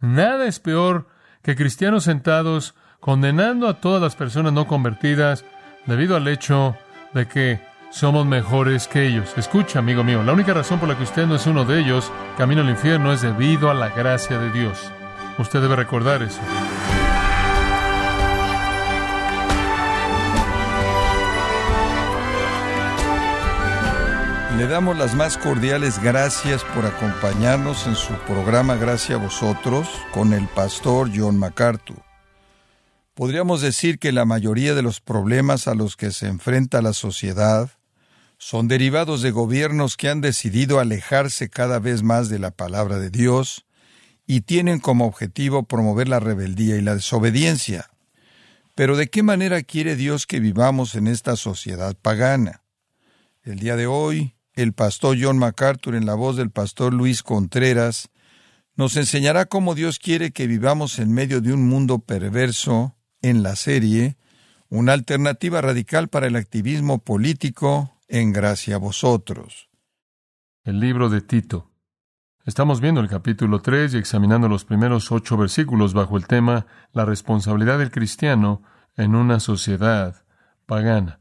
Nada es peor que cristianos sentados condenando a todas las personas no convertidas debido al hecho de que somos mejores que ellos. Escucha, amigo mío, la única razón por la que usted no es uno de ellos, camino al infierno, es debido a la gracia de Dios. Usted debe recordar eso. Le damos las más cordiales gracias por acompañarnos en su programa Gracias a Vosotros con el pastor John MacArthur. Podríamos decir que la mayoría de los problemas a los que se enfrenta la sociedad son derivados de gobiernos que han decidido alejarse cada vez más de la palabra de Dios y tienen como objetivo promover la rebeldía y la desobediencia. Pero ¿de qué manera quiere Dios que vivamos en esta sociedad pagana? El día de hoy, el pastor John MacArthur, en la voz del pastor Luis Contreras, nos enseñará cómo Dios quiere que vivamos en medio de un mundo perverso en la serie Una alternativa radical para el activismo político en Gracia a Vosotros. El libro de Tito. Estamos viendo el capítulo 3 y examinando los primeros 8 versículos bajo el tema La responsabilidad del cristiano en una sociedad pagana.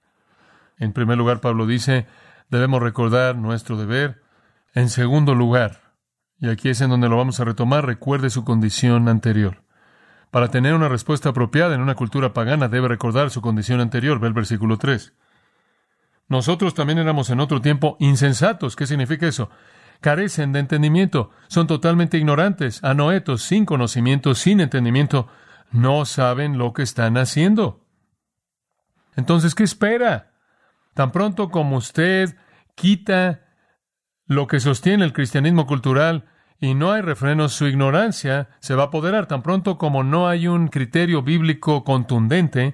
En primer lugar, Pablo dice, debemos recordar nuestro deber. En segundo lugar, y aquí es en donde lo vamos a retomar, recuerde su condición anterior. Para tener una respuesta apropiada en una cultura pagana, debe recordar su condición anterior. Ve el versículo 3. Nosotros también éramos en otro tiempo insensatos. ¿Qué significa eso? Carecen de entendimiento. Son totalmente ignorantes, anoetos, sin conocimiento, sin entendimiento. No saben lo que están haciendo. Entonces, ¿qué espera? Tan pronto como usted quita lo que sostiene el cristianismo cultural y no hay refrenos, su ignorancia se va a apoderar. Tan pronto como no hay un criterio bíblico contundente,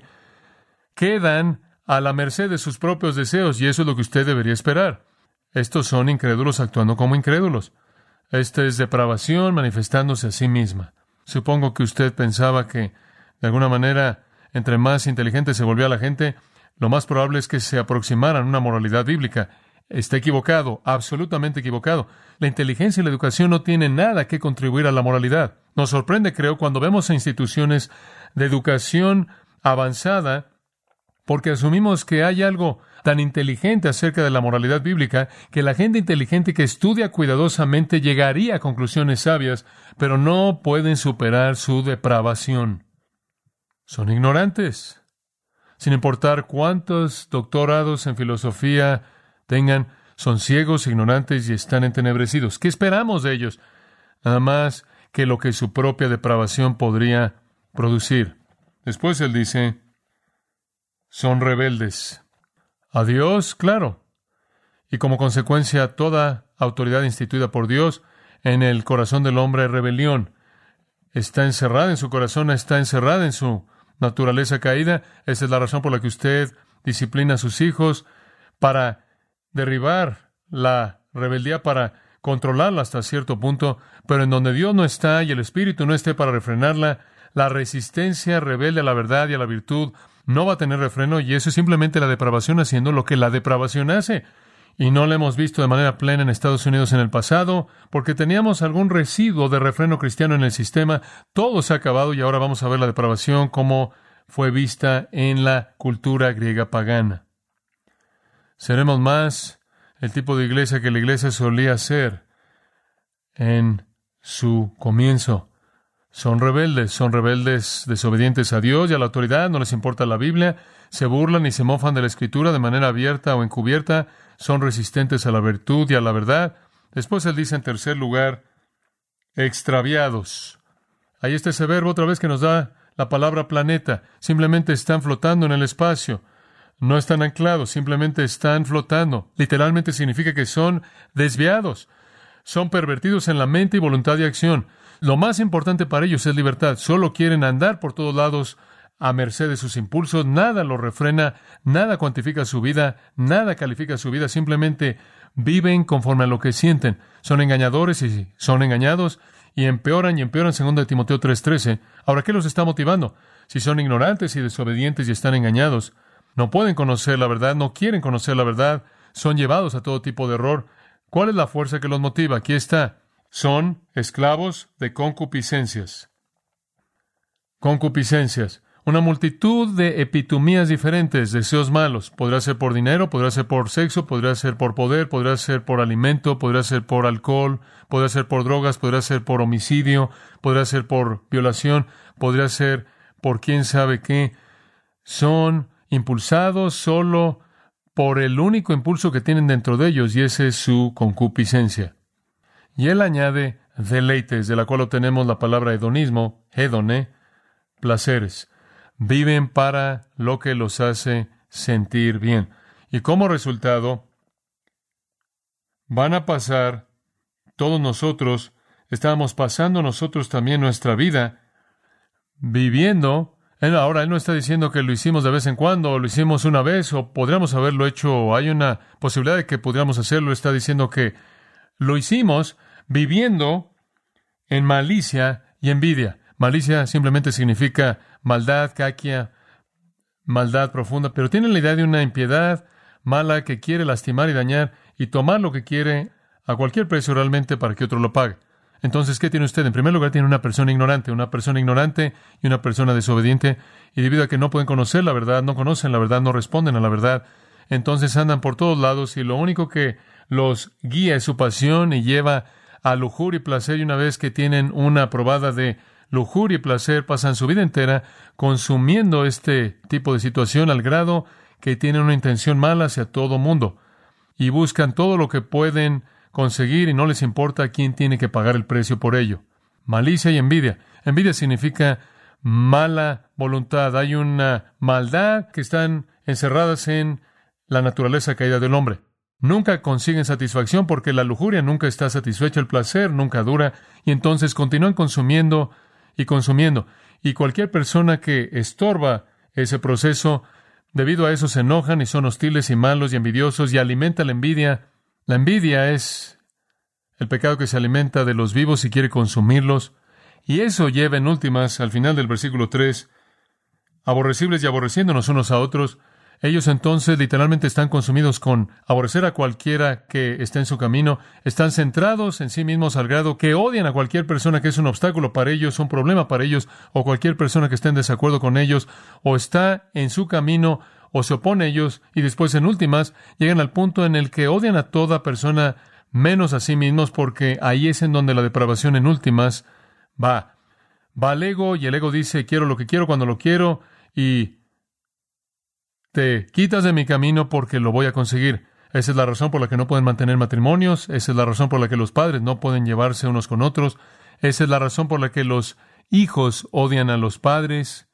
quedan a la merced de sus propios deseos, y eso es lo que usted debería esperar. Estos son incrédulos actuando como incrédulos. Esta es depravación manifestándose a sí misma. Supongo que usted pensaba que, de alguna manera, entre más inteligente se volvía la gente, lo más probable es que se aproximaran a una moralidad bíblica. Está equivocado, absolutamente equivocado. La inteligencia y la educación no tienen nada que contribuir a la moralidad. Nos sorprende, creo, cuando vemos a instituciones de educación avanzada, porque asumimos que hay algo tan inteligente acerca de la moralidad bíblica, que la gente inteligente que estudia cuidadosamente llegaría a conclusiones sabias, pero no pueden superar su depravación. Son ignorantes. Sin importar cuántos doctorados en filosofía tengan, son ciegos, ignorantes y están entenebrecidos. ¿Qué esperamos de ellos? Nada más que lo que su propia depravación podría producir. Después él dice, son rebeldes a Dios, claro. Y como consecuencia, toda autoridad instituida por Dios, en el corazón del hombre hay rebelión. Está encerrada en su corazón, está encerrada en su naturaleza caída. Esa es la razón por la que usted disciplina a sus hijos, para derribar la rebeldía, para controlarla hasta cierto punto, pero en donde Dios no está y el Espíritu no esté para refrenarla, la resistencia rebelde a la verdad y a la virtud no va a tener refreno, y eso es simplemente la depravación haciendo lo que la depravación hace. Y no lo hemos visto de manera plena en Estados Unidos en el pasado, porque teníamos algún residuo de refreno cristiano en el sistema. Todo se ha acabado y ahora vamos a ver la depravación como fue vista en la cultura griega pagana. Seremos más el tipo de iglesia que la iglesia solía ser en su comienzo. Son rebeldes desobedientes a Dios y a la autoridad, no les importa la Biblia, se burlan y se mofan de la Escritura de manera abierta o encubierta, son resistentes a la virtud y a la verdad. Después él dice en tercer lugar, extraviados. Ahí está ese verbo otra vez que nos da la palabra planeta. Simplemente están flotando en el espacio. No están anclados, simplemente están flotando. Literalmente significa que son desviados. Son pervertidos en la mente y voluntad y acción. Lo más importante para ellos es libertad. Solo quieren andar por todos lados a merced de sus impulsos. Nada los refrena, nada cuantifica su vida, nada califica su vida. Simplemente viven conforme a lo que sienten. Son engañadores y son engañados y empeoran, 2 Timoteo 3:13. Ahora, ¿qué los está motivando? Si son ignorantes y desobedientes y están engañados, no pueden conocer la verdad, no quieren conocer la verdad, son llevados a todo tipo de error. ¿Cuál es la fuerza que los motiva? Aquí está. son esclavos de concupiscencias. Concupiscencias. Una multitud de epitomías diferentes, deseos malos. Podrá ser por dinero, podrá ser por sexo, podrá ser por poder, podrá ser por alimento, podrá ser por alcohol, podrá ser por drogas, podrá ser por homicidio, podrá ser por violación, podrá ser por quién sabe qué. Son impulsados solo por el único impulso que tienen dentro de ellos, y ese es su concupiscencia. Y él añade deleites, de la cual obtenemos la palabra hedonismo, hedone, placeres. Viven para lo que los hace sentir bien. Y como resultado, van a pasar, todos nosotros, estábamos pasando nosotros también nuestra vida, viviendo. Ahora, él no está diciendo que lo hicimos de vez en cuando, o lo hicimos una vez, o podríamos haberlo hecho, o hay una posibilidad de que pudiéramos hacerlo. Está diciendo que lo hicimos viviendo en malicia y envidia. Malicia simplemente significa maldad, caquia, maldad profunda, pero tiene la idea de una impiedad mala que quiere lastimar y dañar y tomar lo que quiere a cualquier precio realmente para que otro lo pague. Entonces, ¿qué tiene usted? En primer lugar, tiene una persona ignorante y una persona desobediente, y debido a que no pueden conocer la verdad, no conocen la verdad, no responden a la verdad, entonces andan por todos lados y lo único que los guía es su pasión y lleva a lujuria y placer, y una vez que tienen una probada de lujuria y placer, pasan su vida entera consumiendo este tipo de situación al grado que tienen una intención mala hacia todo mundo y buscan todo lo que pueden conseguir y no les importa quién tiene que pagar el precio por ello. Malicia y envidia. Envidia significa mala voluntad. Hay una maldad que están encerradas en la naturaleza caída del hombre. Nunca consiguen satisfacción porque la lujuria nunca está satisfecha, el placer nunca dura, y entonces continúan consumiendo y consumiendo. Y cualquier persona que estorba ese proceso, debido a eso se enojan y son hostiles y malos y envidiosos y alimenta la envidia. La envidia es el pecado que se alimenta de los vivos y quiere consumirlos. Y eso lleva en últimas, al final del versículo 3, aborrecibles y aborreciéndonos unos a otros. Ellos entonces literalmente están consumidos con aborrecer a cualquiera que esté en su camino. Están centrados en sí mismos al grado que odian a cualquier persona que es un obstáculo para ellos, un problema para ellos, o cualquier persona que esté en desacuerdo con ellos, o está en su camino, o se opone a ellos, y después en últimas llegan al punto en el que odian a toda persona menos a sí mismos, porque ahí es en donde la depravación en últimas va. Va al ego, y el ego dice, quiero lo que quiero cuando lo quiero, y te quitas de mi camino porque lo voy a conseguir. Esa es la razón por la que no pueden mantener matrimonios. Esa es la razón por la que los padres no pueden llevarse unos con otros. Esa es la razón por la que los hijos odian a los padres.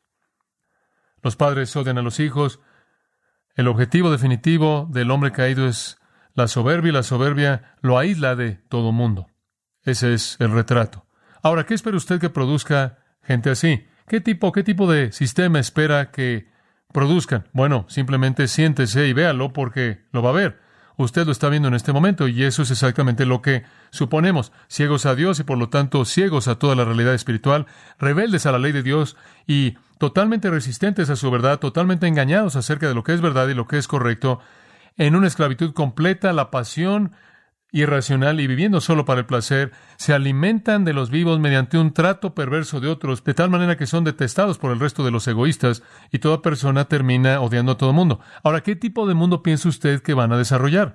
Los padres odian a los hijos. El objetivo definitivo del hombre caído es la soberbia, y la soberbia lo aísla de todo mundo. Ese es el retrato. Ahora, ¿qué espera usted que produzca gente así? ¿Qué tipo de sistema espera que produzcan? Bueno, simplemente siéntese y véalo porque lo va a ver. Usted lo está viendo en este momento y eso es exactamente lo que suponemos. Ciegos a Dios y por lo tanto ciegos a toda la realidad espiritual, rebeldes a la ley de Dios y totalmente resistentes a su verdad, totalmente engañados acerca de lo que es verdad y lo que es correcto, en una esclavitud completa a la pasión irracional y viviendo solo para el placer, se alimentan de los vivos mediante un trato perverso de otros, de tal manera que son detestados por el resto de los egoístas y toda persona termina odiando a todo el mundo. Ahora, ¿qué tipo de mundo piensa usted que van a desarrollar?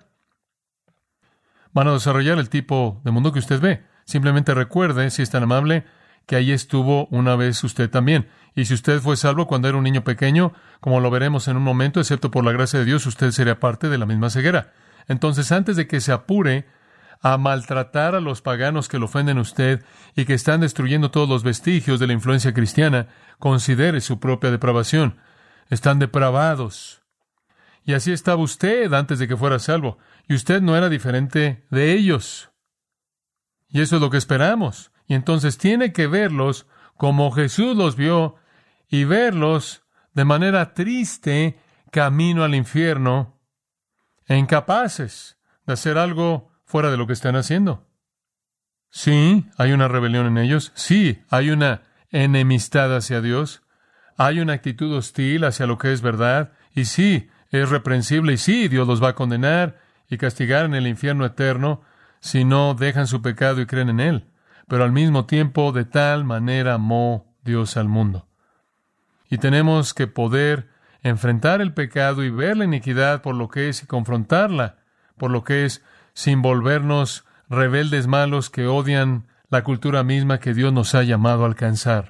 Van a desarrollar el tipo de mundo que usted ve. Simplemente recuerde, si es tan amable, que ahí estuvo una vez usted también. Y si usted fue salvo cuando era un niño pequeño, como lo veremos en un momento, excepto por la gracia de Dios, usted sería parte de la misma ceguera. Entonces, antes de que se apure a maltratar a los paganos que lo ofenden a usted y que están destruyendo todos los vestigios de la influencia cristiana, considere su propia depravación. Están depravados. Y así estaba usted antes de que fuera salvo. Y usted no era diferente de ellos. Y eso es lo que esperamos. Y entonces tiene que verlos como Jesús los vio y verlos de manera triste camino al infierno e incapaces de hacer algo fuera de lo que están haciendo. Sí, hay una rebelión en ellos. Sí, hay una enemistad hacia Dios. Hay una actitud hostil hacia lo que es verdad. Y sí, es reprensible. Y sí, Dios los va a condenar y castigar en el infierno eterno. si no dejan su pecado y creen en Él. Pero al mismo tiempo, de tal manera amó Dios al mundo. Y tenemos que poder enfrentar el pecado y ver la iniquidad por lo que es y confrontarla por lo que es, sin volvernos rebeldes malos que odian la cultura misma que Dios nos ha llamado a alcanzar.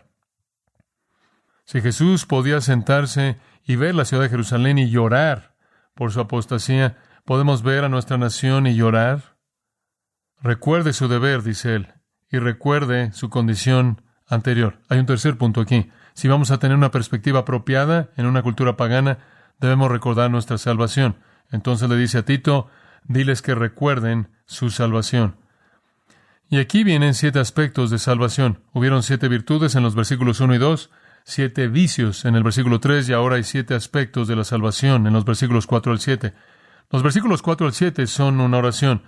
Si Jesús podía sentarse y ver la ciudad de Jerusalén y llorar por su apostasía, ¿podemos ver a nuestra nación y llorar? Recuerde su deber, dice él, y recuerde su condición anterior. Hay un tercer punto aquí. Si vamos a tener una perspectiva apropiada en una cultura pagana, debemos recordar nuestra salvación. Entonces le dice a Tito, diles que recuerden su salvación. Y aquí vienen 7 aspectos de salvación. Hubieron 7 virtudes en los versículos 1 y 2, 7 vicios en el versículo 3, y ahora hay 7 aspectos de la salvación en los versículos 4 al 7. Los versículos 4 al 7 son una oración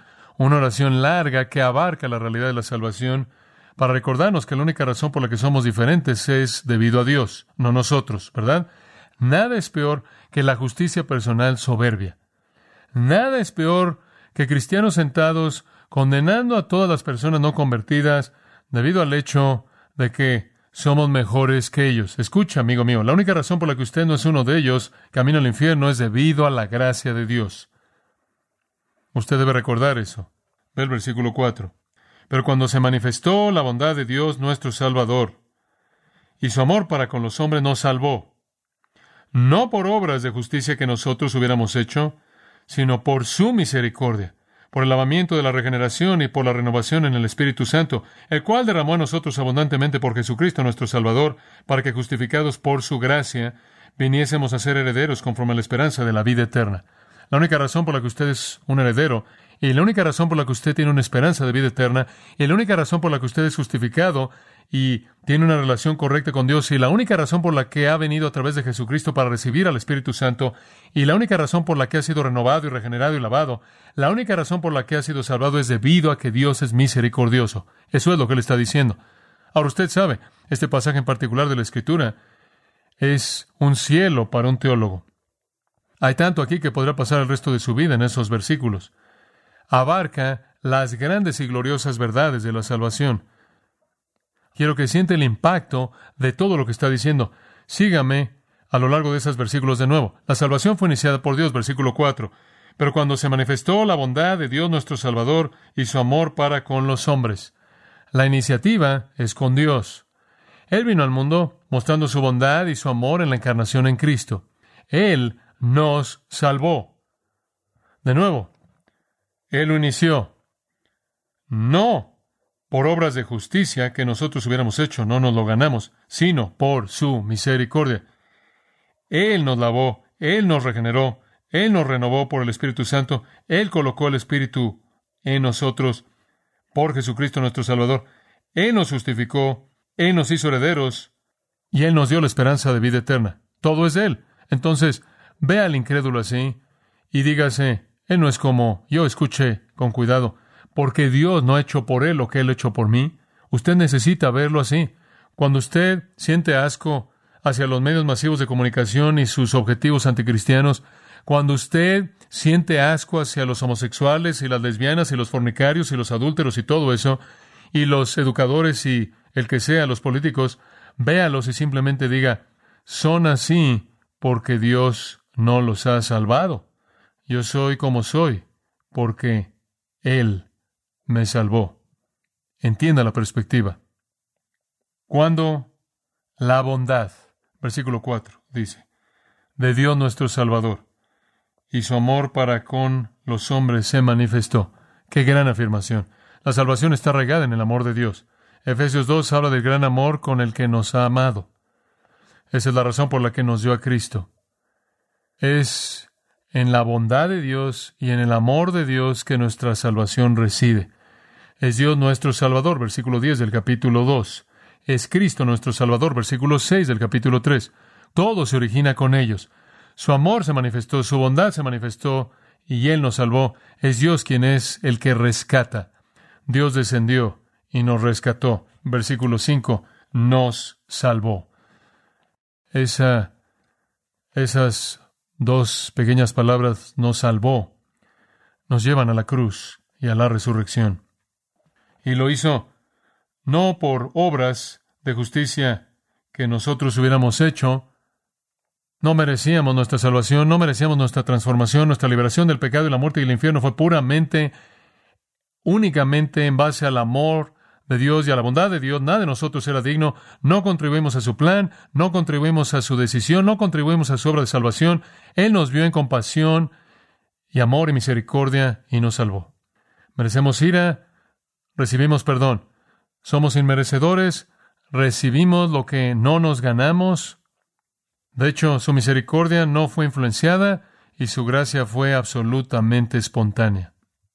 larga que abarca la realidad de la salvación para recordarnos que la única razón por la que somos diferentes es debido a Dios, no nosotros, ¿verdad? Nada es peor que la justicia personal soberbia. Nada es peor que cristianos sentados condenando a todas las personas no convertidas debido al hecho de que somos mejores que ellos. Escucha, amigo mío, la única razón por la que usted no es uno de ellos, camino al infierno, es debido a la gracia de Dios. Usted debe recordar eso. Ve el versículo 4. Pero cuando se manifestó la bondad de Dios nuestro Salvador y su amor para con los hombres nos salvó, no por obras de justicia que nosotros hubiéramos hecho, sino por su misericordia, por el lavamiento de la regeneración y por la renovación en el Espíritu Santo, el cual derramó a nosotros abundantemente por Jesucristo nuestro Salvador, para que, justificados por su gracia, viniésemos a ser herederos conforme a la esperanza de la vida eterna. La única razón por la que usted es un heredero, y la única razón por la que usted tiene una esperanza de vida eterna, y la única razón por la que usted es justificado y tiene una relación correcta con Dios, y la única razón por la que ha venido a través de Jesucristo para recibir al Espíritu Santo, y la única razón por la que ha sido renovado y regenerado y lavado, la única razón por la que ha sido salvado es debido a que Dios es misericordioso. Eso es lo que él está diciendo. Ahora usted sabe, este pasaje en particular de la Escritura es un cielo para un teólogo. Hay tanto aquí que podrá pasar el resto de su vida en esos versículos. Abarca las grandes y gloriosas verdades de la salvación. Quiero que siente el impacto de todo lo que está diciendo. Sígame a lo largo de esos versículos de nuevo. La salvación fue iniciada por Dios, versículo 4. Pero cuando se manifestó la bondad de Dios nuestro Salvador y su amor para con los hombres. La iniciativa es con Dios. Él vino al mundo mostrando su bondad y su amor en la encarnación en Cristo. Él nos salvó. De nuevo, Él lo inició. No por obras de justicia que nosotros hubiéramos hecho, no nos lo ganamos, sino por su misericordia. Él nos lavó, Él nos regeneró, Él nos renovó por el Espíritu Santo, Él colocó el Espíritu en nosotros por Jesucristo nuestro Salvador. Él nos justificó, Él nos hizo herederos y Él nos dio la esperanza de vida eterna. Todo es de Él. Entonces, ve al incrédulo así y dígase, Él no es como yo. Escuche con cuidado, porque Dios no ha hecho por Él lo que Él ha hecho por mí. Usted necesita verlo así. Cuando usted siente asco hacia los medios masivos de comunicación y sus objetivos anticristianos, cuando usted siente asco hacia los homosexuales y las lesbianas y los fornicarios y los adúlteros y todo eso, y los educadores y el que sea, los políticos, véalos y simplemente diga, son así porque Dios no los ha salvado. Yo soy como soy porque Él me salvó. Entienda la perspectiva. Cuando la bondad, versículo 4, dice, de Dios nuestro Salvador y su amor para con los hombres se manifestó. ¡Qué gran afirmación! La salvación está arraigada en el amor de Dios. Efesios 2 habla del gran amor con el que nos ha amado. Esa es la razón por la que nos dio a Cristo. Es en la bondad de Dios y en el amor de Dios que nuestra salvación reside. Es Dios nuestro Salvador, versículo 10 del capítulo 2. Es Cristo nuestro Salvador, versículo 6 del capítulo 3. Todo se origina con ellos. Su amor se manifestó, su bondad se manifestó, y Él nos salvó. Es Dios quien es el que rescata. Dios descendió y nos rescató. Versículo 5, nos salvó. Esas dos pequeñas palabras, nos salvó, nos llevan a la cruz y a la resurrección. Y lo hizo no por obras de justicia que nosotros hubiéramos hecho. No merecíamos nuestra salvación, no merecíamos nuestra transformación, nuestra liberación del pecado y la muerte y el infierno fue puramente, únicamente en base al amor de Dios y a la bondad de Dios. Nada de nosotros era digno. No contribuimos a su plan, no contribuimos a su decisión, no contribuimos a su obra de salvación. Él nos vio en compasión y amor y misericordia y nos salvó. Merecemos ira, recibimos perdón. Somos inmerecedores, recibimos lo que no nos ganamos. De hecho, su misericordia no fue influenciada y su gracia fue absolutamente espontánea.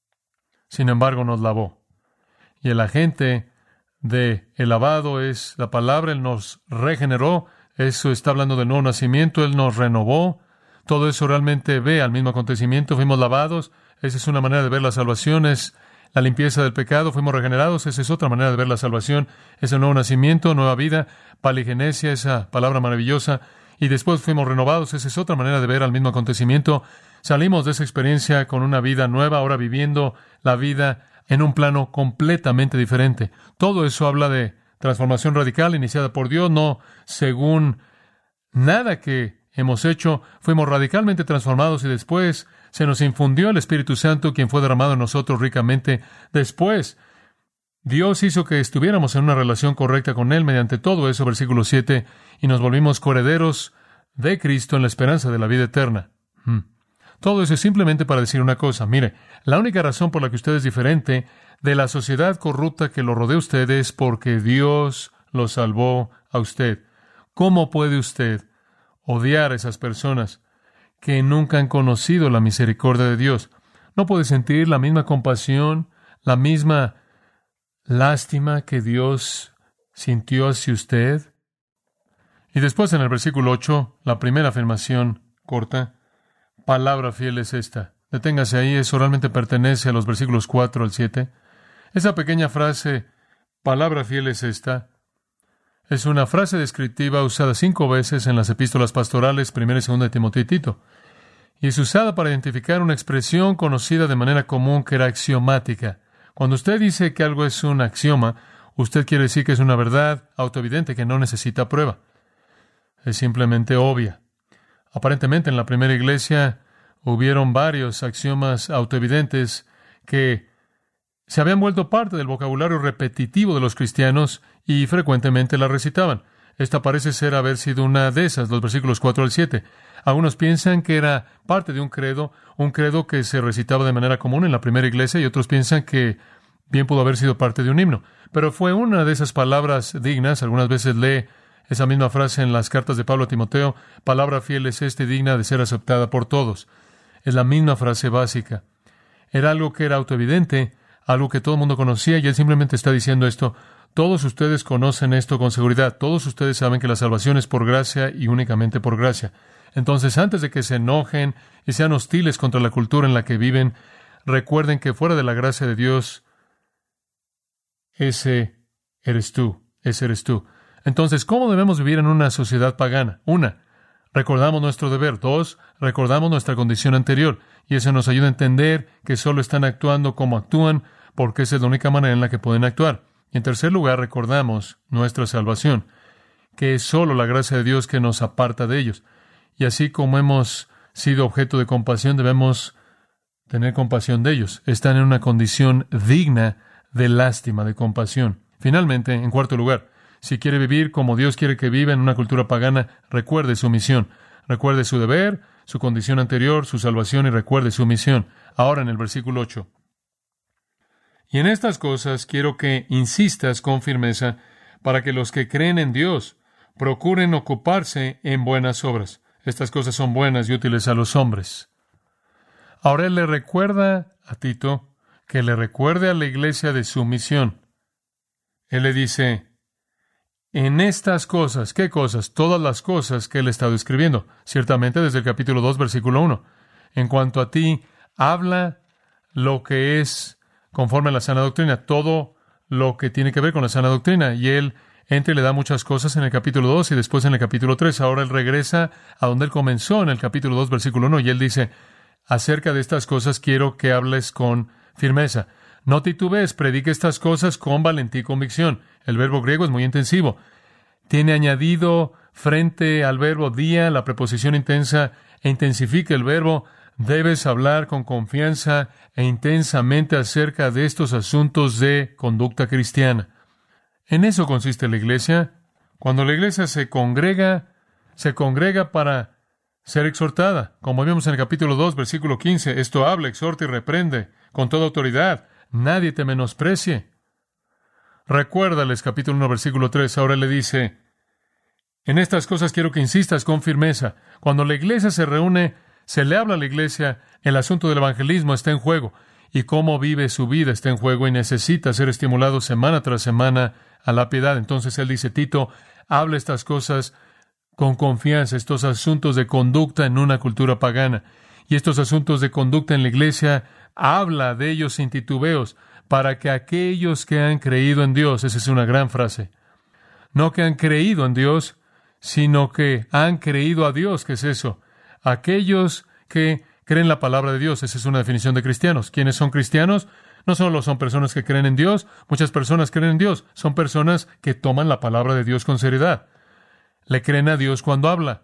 Sin embargo, nos lavó. Y el agente de el lavado es la palabra. Él nos regeneró. Eso está hablando del nuevo nacimiento. Él nos renovó. Todo eso realmente ve al mismo acontecimiento. Fuimos lavados. Esa es una manera de ver la salvación. Es la limpieza del pecado. Fuimos regenerados. Esa es otra manera de ver la salvación. Es el nuevo nacimiento, nueva vida, paligenesia, esa palabra maravillosa. Y después fuimos renovados. Esa es otra manera de ver al mismo acontecimiento. Salimos de esa experiencia con una vida nueva, ahora viviendo la vida en un plano completamente diferente. Todo eso habla de transformación radical iniciada por Dios, no según nada que hemos hecho. Fuimos radicalmente transformados y después se nos infundió el Espíritu Santo, quien fue derramado en nosotros ricamente. Después, Dios hizo que estuviéramos en una relación correcta con Él mediante todo eso, versículo 7, y nos volvimos coherederos de Cristo en la esperanza de la vida eterna. Todo eso es simplemente para decir una cosa. Mire, la única razón por la que usted es diferente de la sociedad corrupta que lo rodea a usted es porque Dios lo salvó a usted. ¿Cómo puede usted odiar a esas personas que nunca han conocido la misericordia de Dios? ¿No puede sentir la misma compasión, la misma lástima que Dios sintió hacia usted? Y después en el versículo 8, la primera afirmación corta, palabra fiel es esta. Deténgase ahí, eso realmente pertenece a los versículos 4 al 7. Esa pequeña frase, palabra fiel es esta, es una frase descriptiva usada 5 veces en las epístolas pastorales, 1 y 2 de Timoteo y Tito. Y es usada para identificar una expresión conocida de manera común que era axiomática. Cuando usted dice que algo es un axioma, usted quiere decir que es una verdad autoevidente que no necesita prueba. Es simplemente obvia. Aparentemente en la primera iglesia hubieron varios axiomas autoevidentes que se habían vuelto parte del vocabulario repetitivo de los cristianos y frecuentemente la recitaban. Esta parece ser haber sido una de esas, los versículos 4 al 7. Algunos piensan que era parte de un credo que se recitaba de manera común en la primera iglesia, y otros piensan que bien pudo haber sido parte de un himno. Pero fue una de esas palabras dignas. Algunas veces lee esa misma frase en las cartas de Pablo a Timoteo, palabra fiel es esta y digna de ser aceptada por todos. Es la misma frase básica. Era algo que era autoevidente, algo que todo el mundo conocía, y él simplemente está diciendo esto. Todos ustedes conocen esto con seguridad. Todos ustedes saben que la salvación es por gracia y únicamente por gracia. Entonces, antes de que se enojen y sean hostiles contra la cultura en la que viven, recuerden que fuera de la gracia de Dios, ese eres tú. Entonces, ¿cómo debemos vivir en una sociedad pagana? 1, recordamos nuestro deber. 2, recordamos nuestra condición anterior. Y eso nos ayuda a entender que solo están actuando como actúan, porque esa es la única manera en la que pueden actuar. Y en tercer lugar, recordamos nuestra salvación, que es solo la gracia de Dios que nos aparta de ellos. Y así como hemos sido objeto de compasión, debemos tener compasión de ellos. Están en una condición digna de lástima, de compasión. Finalmente, en cuarto lugar, si quiere vivir como Dios quiere que viva en una cultura pagana, recuerde su misión. Recuerde su deber, su condición anterior, su salvación, y recuerde su misión. Ahora en el versículo 8. Y en estas cosas quiero que insistas con firmeza para que los que creen en Dios procuren ocuparse en buenas obras. Estas cosas son buenas y útiles a los hombres. Ahora él le recuerda a Tito que le recuerde a la iglesia de su misión. Él le dice, en estas cosas, ¿qué cosas? Todas las cosas que él ha estado escribiendo. Ciertamente desde el capítulo 2, versículo 1. En cuanto a ti, habla lo que es conforme a la sana doctrina, todo lo que tiene que ver con la sana doctrina. Y él entra y le da muchas cosas en el capítulo 2 y después en el capítulo 3. Ahora él regresa a donde él comenzó en el capítulo 2, versículo 1, y él dice, acerca de estas cosas quiero que hables con firmeza. No titubees, predique estas cosas con valentía y convicción. El verbo griego es muy intensivo. Tiene añadido frente al verbo día la preposición intensa e intensifica el verbo. Debes hablar con confianza e intensamente acerca de estos asuntos de conducta cristiana. En eso consiste la iglesia. Cuando la iglesia se congrega para ser exhortada. Como vimos en el capítulo 2, versículo 15, esto habla, exhorta y reprende con toda autoridad. Nadie te menosprecie. Recuérdales, capítulo 1, versículo 3, ahora le dice, en estas cosas quiero que insistas con firmeza. Cuando la iglesia se reúne, se le habla a la iglesia, el asunto del evangelismo está en juego, y cómo vive su vida está en juego, y necesita ser estimulado semana tras semana a la piedad. Entonces él dice, Tito, habla estas cosas con confianza, estos asuntos de conducta en una cultura pagana. Y estos asuntos de conducta en la iglesia, habla de ellos sin titubeos, para que aquellos que han creído en Dios, esa es una gran frase, no que han creído en Dios, sino que han creído a Dios, ¿qué es eso? Aquellos que creen la palabra de Dios, esa es una definición de cristianos. ¿Quiénes son cristianos? No solo son personas que creen en Dios, muchas personas creen en Dios, son personas que toman la palabra de Dios con seriedad. Le creen a Dios cuando habla.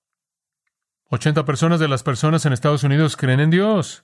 80% de las personas en Estados Unidos creen en Dios.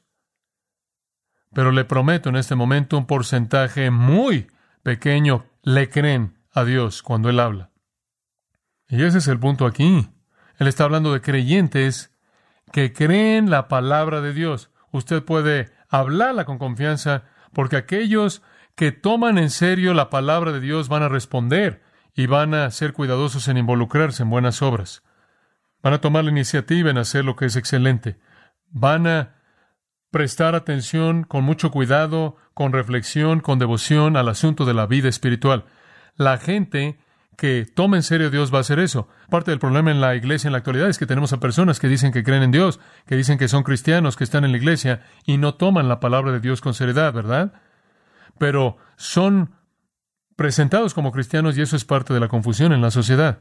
Pero le prometo en este momento un porcentaje muy pequeño le creen a Dios cuando Él habla. Y ese es el punto aquí. Él está hablando de creyentes que creen la palabra de Dios. Usted puede hablarla con confianza porque aquellos que toman en serio la palabra de Dios van a responder y van a ser cuidadosos en involucrarse en buenas obras. Van a tomar la iniciativa en hacer lo que es excelente. Van a prestar atención con mucho cuidado, con reflexión, con devoción al asunto de la vida espiritual. La gente que toma en serio a Dios va a hacer eso. Parte del problema en la iglesia en la actualidad es que tenemos a personas que dicen que creen en Dios, que dicen que son cristianos, que están en la iglesia y no toman la palabra de Dios con seriedad, ¿verdad? Pero son presentados como cristianos y eso es parte de la confusión en la sociedad.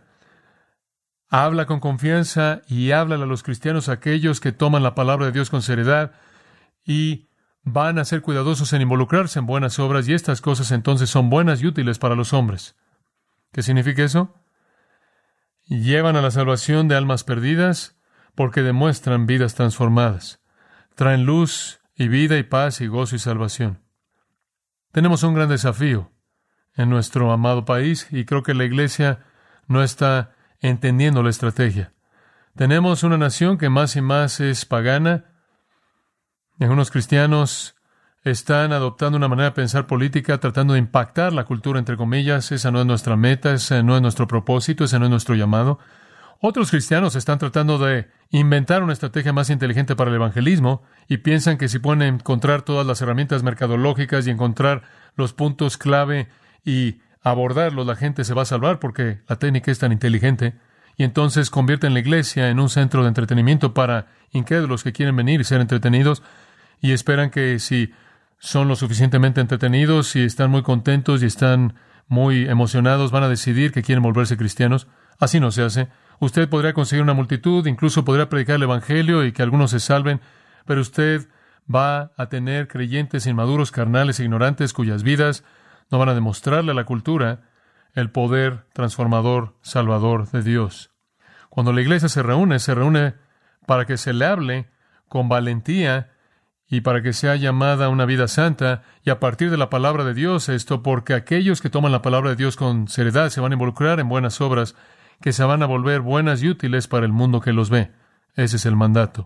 Habla con confianza y háblale a los cristianos, aquellos que toman la palabra de Dios con seriedad y van a ser cuidadosos en involucrarse en buenas obras y estas cosas entonces son buenas y útiles para los hombres. ¿Qué significa eso? Llevan a la salvación de almas perdidas porque demuestran vidas transformadas. Traen luz y vida y paz y gozo y salvación. Tenemos un gran desafío en nuestro amado país y creo que la iglesia no está entendiendo la estrategia. Tenemos una nación que más y más es pagana. Algunos cristianos están adoptando una manera de pensar política, tratando de impactar la cultura, entre comillas. Esa no es nuestra meta, ese no es nuestro propósito, ese no es nuestro llamado. Otros cristianos están tratando de inventar una estrategia más inteligente para el evangelismo y piensan que si pueden encontrar todas las herramientas mercadológicas y encontrar los puntos clave y abordarlos, la gente se va a salvar porque la técnica es tan inteligente. Y entonces convierten la iglesia en un centro de entretenimiento para incrédulos que quieren venir y ser entretenidos y esperan que si son lo suficientemente entretenidos y están muy contentos y están muy emocionados, van a decidir que quieren volverse cristianos. Así no se hace. Usted podría conseguir una multitud, incluso podría predicar el evangelio y que algunos se salven, pero usted va a tener creyentes inmaduros, carnales e ignorantes cuyas vidas no van a demostrarle a la cultura el poder transformador, salvador de Dios. Cuando la iglesia se reúne para que se le hable con valentía y para que sea llamada a una vida santa y a partir de la palabra de Dios, esto porque aquellos que toman la palabra de Dios con seriedad se van a involucrar en buenas obras que se van a volver buenas y útiles para el mundo que los ve. Ese es el mandato.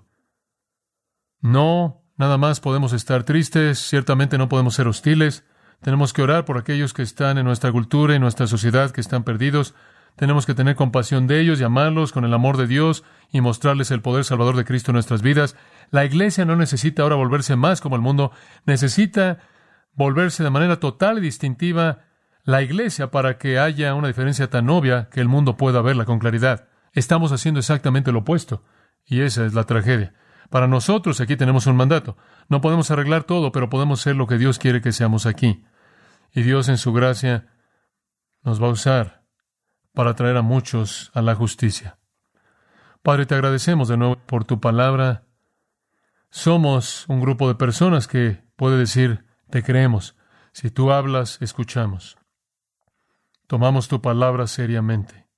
No, nada más podemos estar tristes, ciertamente no podemos ser hostiles. Tenemos que orar por aquellos que están en nuestra cultura y nuestra sociedad, que están perdidos. Tenemos que tener compasión de ellos, llamarlos con el amor de Dios y mostrarles el poder salvador de Cristo en nuestras vidas. La iglesia no necesita ahora volverse más como el mundo, necesita volverse de manera total y distintiva la iglesia para que haya una diferencia tan obvia que el mundo pueda verla con claridad. Estamos haciendo exactamente lo opuesto, y esa es la tragedia. Para nosotros aquí tenemos un mandato. No podemos arreglar todo, pero podemos ser lo que Dios quiere que seamos aquí. Y Dios en su gracia nos va a usar para traer a muchos a la justicia. Padre, te agradecemos de nuevo por tu palabra. Somos un grupo de personas que puede decir, te creemos. Si tú hablas, escuchamos. Tomamos tu palabra seriamente.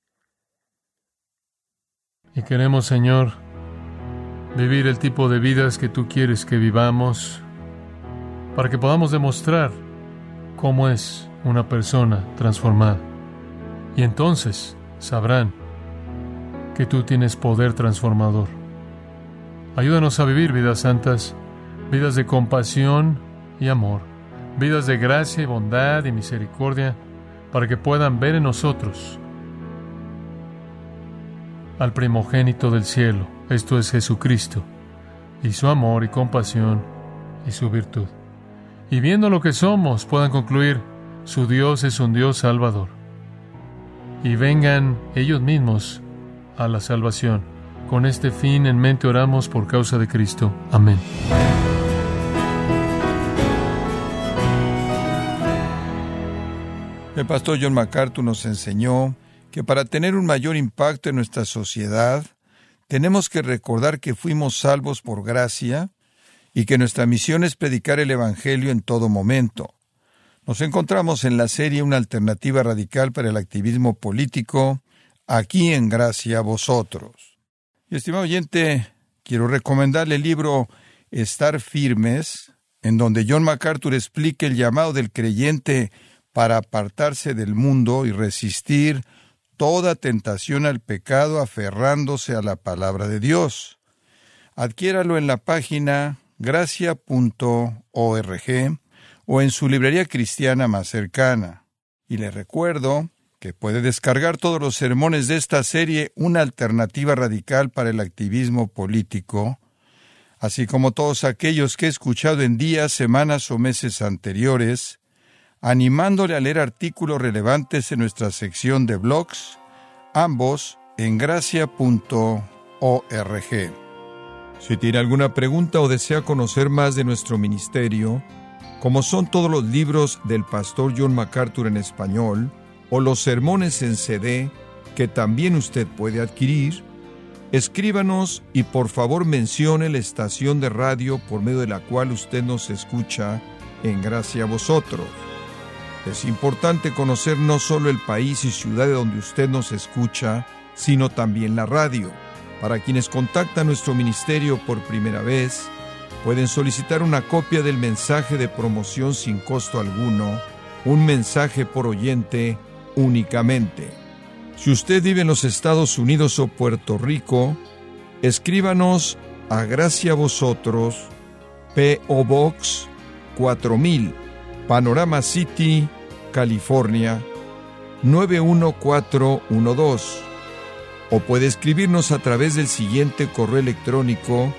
Y queremos, Señor, vivir el tipo de vidas que tú quieres que vivamos, para que podamos demostrar cómo es una persona transformada. Y entonces sabrán que tú tienes poder transformador. Ayúdanos a vivir vidas santas, vidas de compasión y amor, vidas de gracia y bondad y misericordia, para que puedan ver en nosotros al primogénito del cielo, esto es Jesucristo, y su amor y compasión y su virtud. Y viendo lo que somos, puedan concluir, su Dios es un Dios salvador. Y vengan ellos mismos a la salvación. Con este fin en mente oramos por causa de Cristo. Amén. El pastor John MacArthur nos enseñó que para tener un mayor impacto en nuestra sociedad, tenemos que recordar que fuimos salvos por gracia y que nuestra misión es predicar el Evangelio en todo momento. Nos encontramos en la serie Una alternativa radical para el activismo político, aquí en Gracia a Vosotros. Y estimado oyente, quiero recomendarle el libro Estar Firmes, en donde John MacArthur explica el llamado del creyente para apartarse del mundo y resistir toda tentación al pecado aferrándose a la palabra de Dios. Adquiéralo en la página gracia.org o en su librería cristiana más cercana. Y le recuerdo que puede descargar todos los sermones de esta serie Una alternativa radical para el activismo político, así como todos aquellos que he escuchado en días, semanas o meses anteriores, animándole a leer artículos relevantes en nuestra sección de blogs, ambos en gracia.org. Si tiene alguna pregunta o desea conocer más de nuestro ministerio, como son todos los libros del pastor John MacArthur en español, o los sermones en CD, que también usted puede adquirir, escríbanos y por favor mencione la estación de radio por medio de la cual usted nos escucha en Gracia a Vosotros. Es importante conocer no solo el país y ciudad de donde usted nos escucha, sino también la radio. Para quienes contactan nuestro ministerio por primera vez, pueden solicitar una copia del mensaje de promoción sin costo alguno, un mensaje por oyente únicamente. Si usted vive en los Estados Unidos o Puerto Rico, escríbanos a Gracia a Vosotros, P.O. Box 4000, Panorama City, California, 91412. O puede escribirnos a través del siguiente correo electrónico: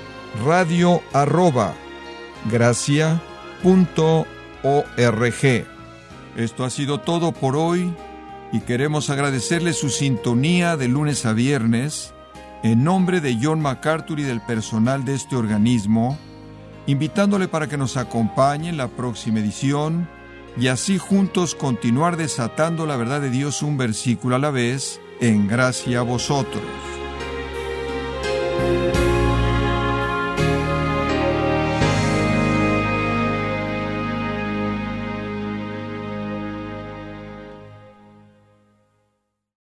radio@gracia.org. Esto ha sido todo por hoy y queremos agradecerle su sintonía de lunes a viernes en nombre de John MacArthur y del personal de este organismo, invitándole para que nos acompañe en la próxima edición y así juntos continuar desatando la verdad de Dios un versículo a la vez en Gracia a Vosotros.